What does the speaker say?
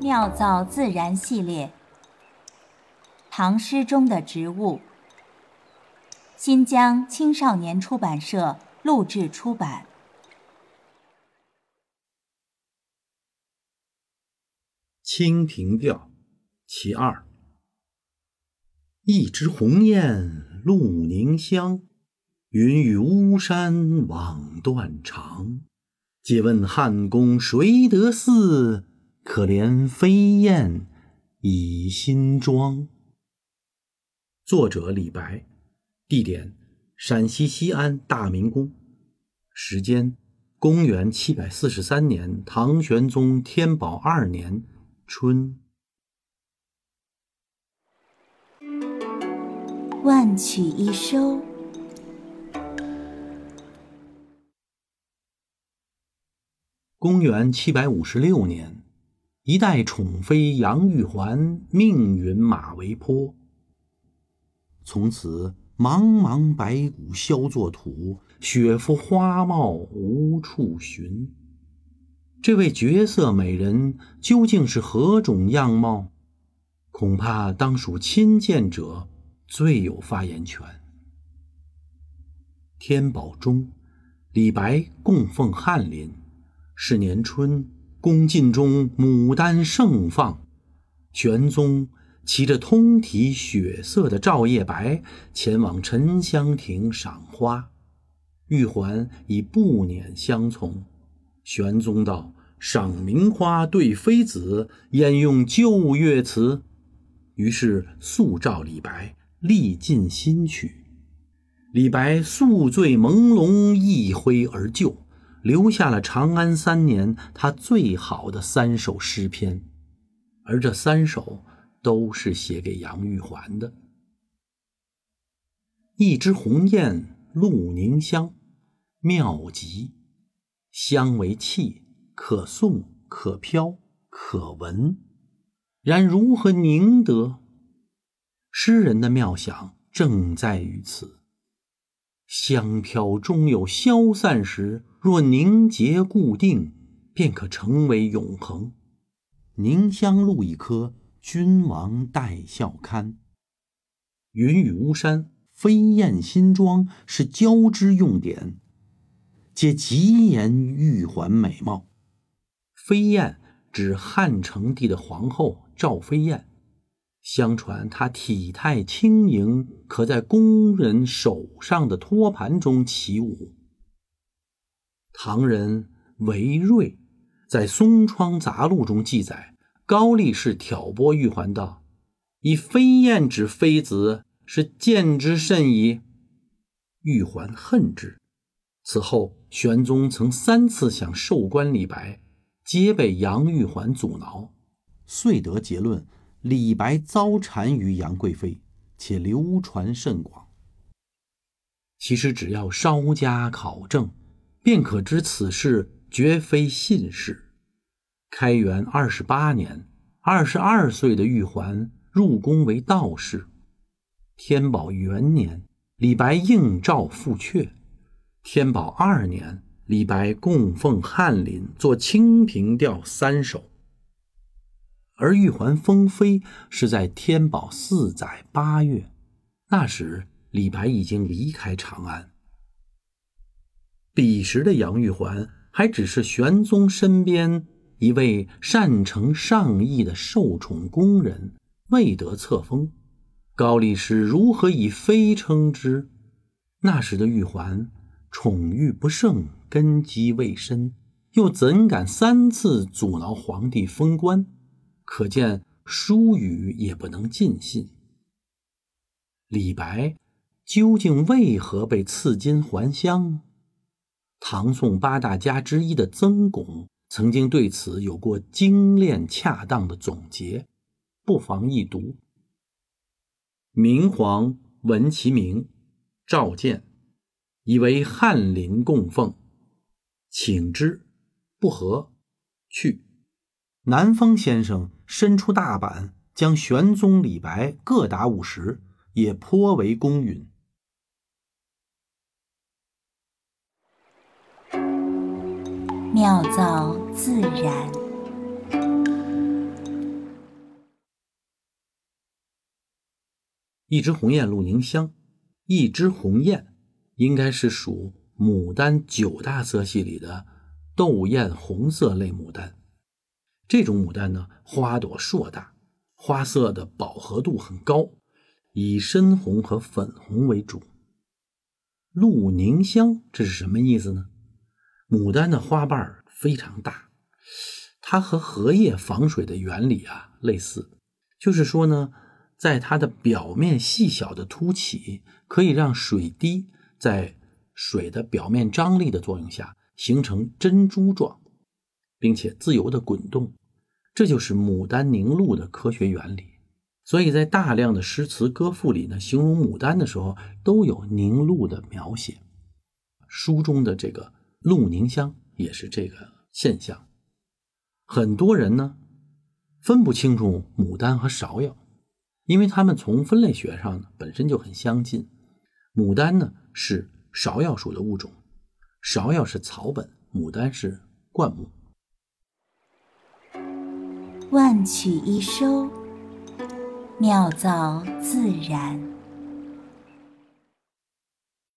妙造自然系列，唐诗中的植物，新疆青少年出版社录制出版。 清平调其二。一枝红艳露凝香，云雨巫山枉断肠。借问汉宫谁得似？可怜飞燕倚新妆。作者李白，地点陕西西安大明宫，时间公元743年唐玄宗天宝2年春。 万曲一收。 公元756年，一代宠妃杨玉环命云马嵬坡。从此茫茫白骨消作土，雪肤花貌无处寻。这位绝色美人究竟是何种样貌？恐怕当属亲见者最有发言权。天宝中，李白供奉翰林，是年春，宫禁中牡丹盛放。玄宗骑着通体血色的照夜白前往沉香亭赏花，玉环以步辇相从。玄宗道：赏名花对妃子，焉用旧乐词？于是速召李白，力尽新曲。李白宿醉朦胧，一挥而就，留下了长安3年他最好的3首诗篇，而这3首都是写给杨玉环的。一枝红艳露凝香，妙极。香为气，可颂可飘可闻，然如何凝得？诗人的妙想正在于此。香飘终有消散时，若凝结固定，便可成为永恒。凝香录一颗，君王待笑看。云雨巫山，飞燕新妆是交织用典，皆极言玉环美貌。飞燕指汉成帝的皇后赵飞燕，相传她体态轻盈，可在宫人手上的托盘中起舞。唐人韦睿在《松窗杂录》中记载，高力士挑拨玉环道：以飞燕指妃子，是见之甚矣。玉环恨之。此后玄宗曾3次想授官李白，皆被杨玉环阻挠，遂得结论李白遭缠于杨贵妃，且流传甚广。其实只要稍加考证，便可知此事绝非信事。开元28年，22岁的玉环入宫为道士。天宝元年，李白应召复阙。天宝2年，李白供奉翰林，作清平调3首。而玉环封妃是在天宝4载8月，那时李白已经离开长安。彼时的杨玉环还只是玄宗身边一位擅承上意的受宠宫人，未得册封。高力士如何以妃称之？那时的玉环宠欲不胜，根基未深，又怎敢3次阻挠皇帝封官？可见疏语也不能尽信。李白究竟为何被赐金还乡？唐宋8大家之一的曾巩曾经对此有过精炼恰当的总结，不妨一读。明皇闻其名，召见，以为翰林供奉，请之，不合，去。南风先生伸出大板，将玄宗李白各打50，也颇为公允。 妙造自然。 一枝红艳露凝香，一枝红艳应该是属牡丹9大色系里的斗艳红色类牡丹。这种牡丹呢，花朵硕大，花色的饱和度很高，以深红和粉红为主。露凝香这是什么意思呢？牡丹的花瓣非常大，它和荷叶防水的原理类似，就是说呢，在它的表面细小的凸起，可以让水滴在水的表面张力的作用下形成珍珠状，并且自由的滚动，这就是牡丹凝露的科学原理。所以在大量的诗词歌赋里呢，形容牡丹的时候都有凝露的描写。书中的这个露凝香也是这个现象。很多人呢分不清楚牡丹和芍药，因为它们从分类学上呢本身就很相近。牡丹呢是芍药属的物种，芍药是草本，牡丹是灌木。 万曲一收，妙造自然。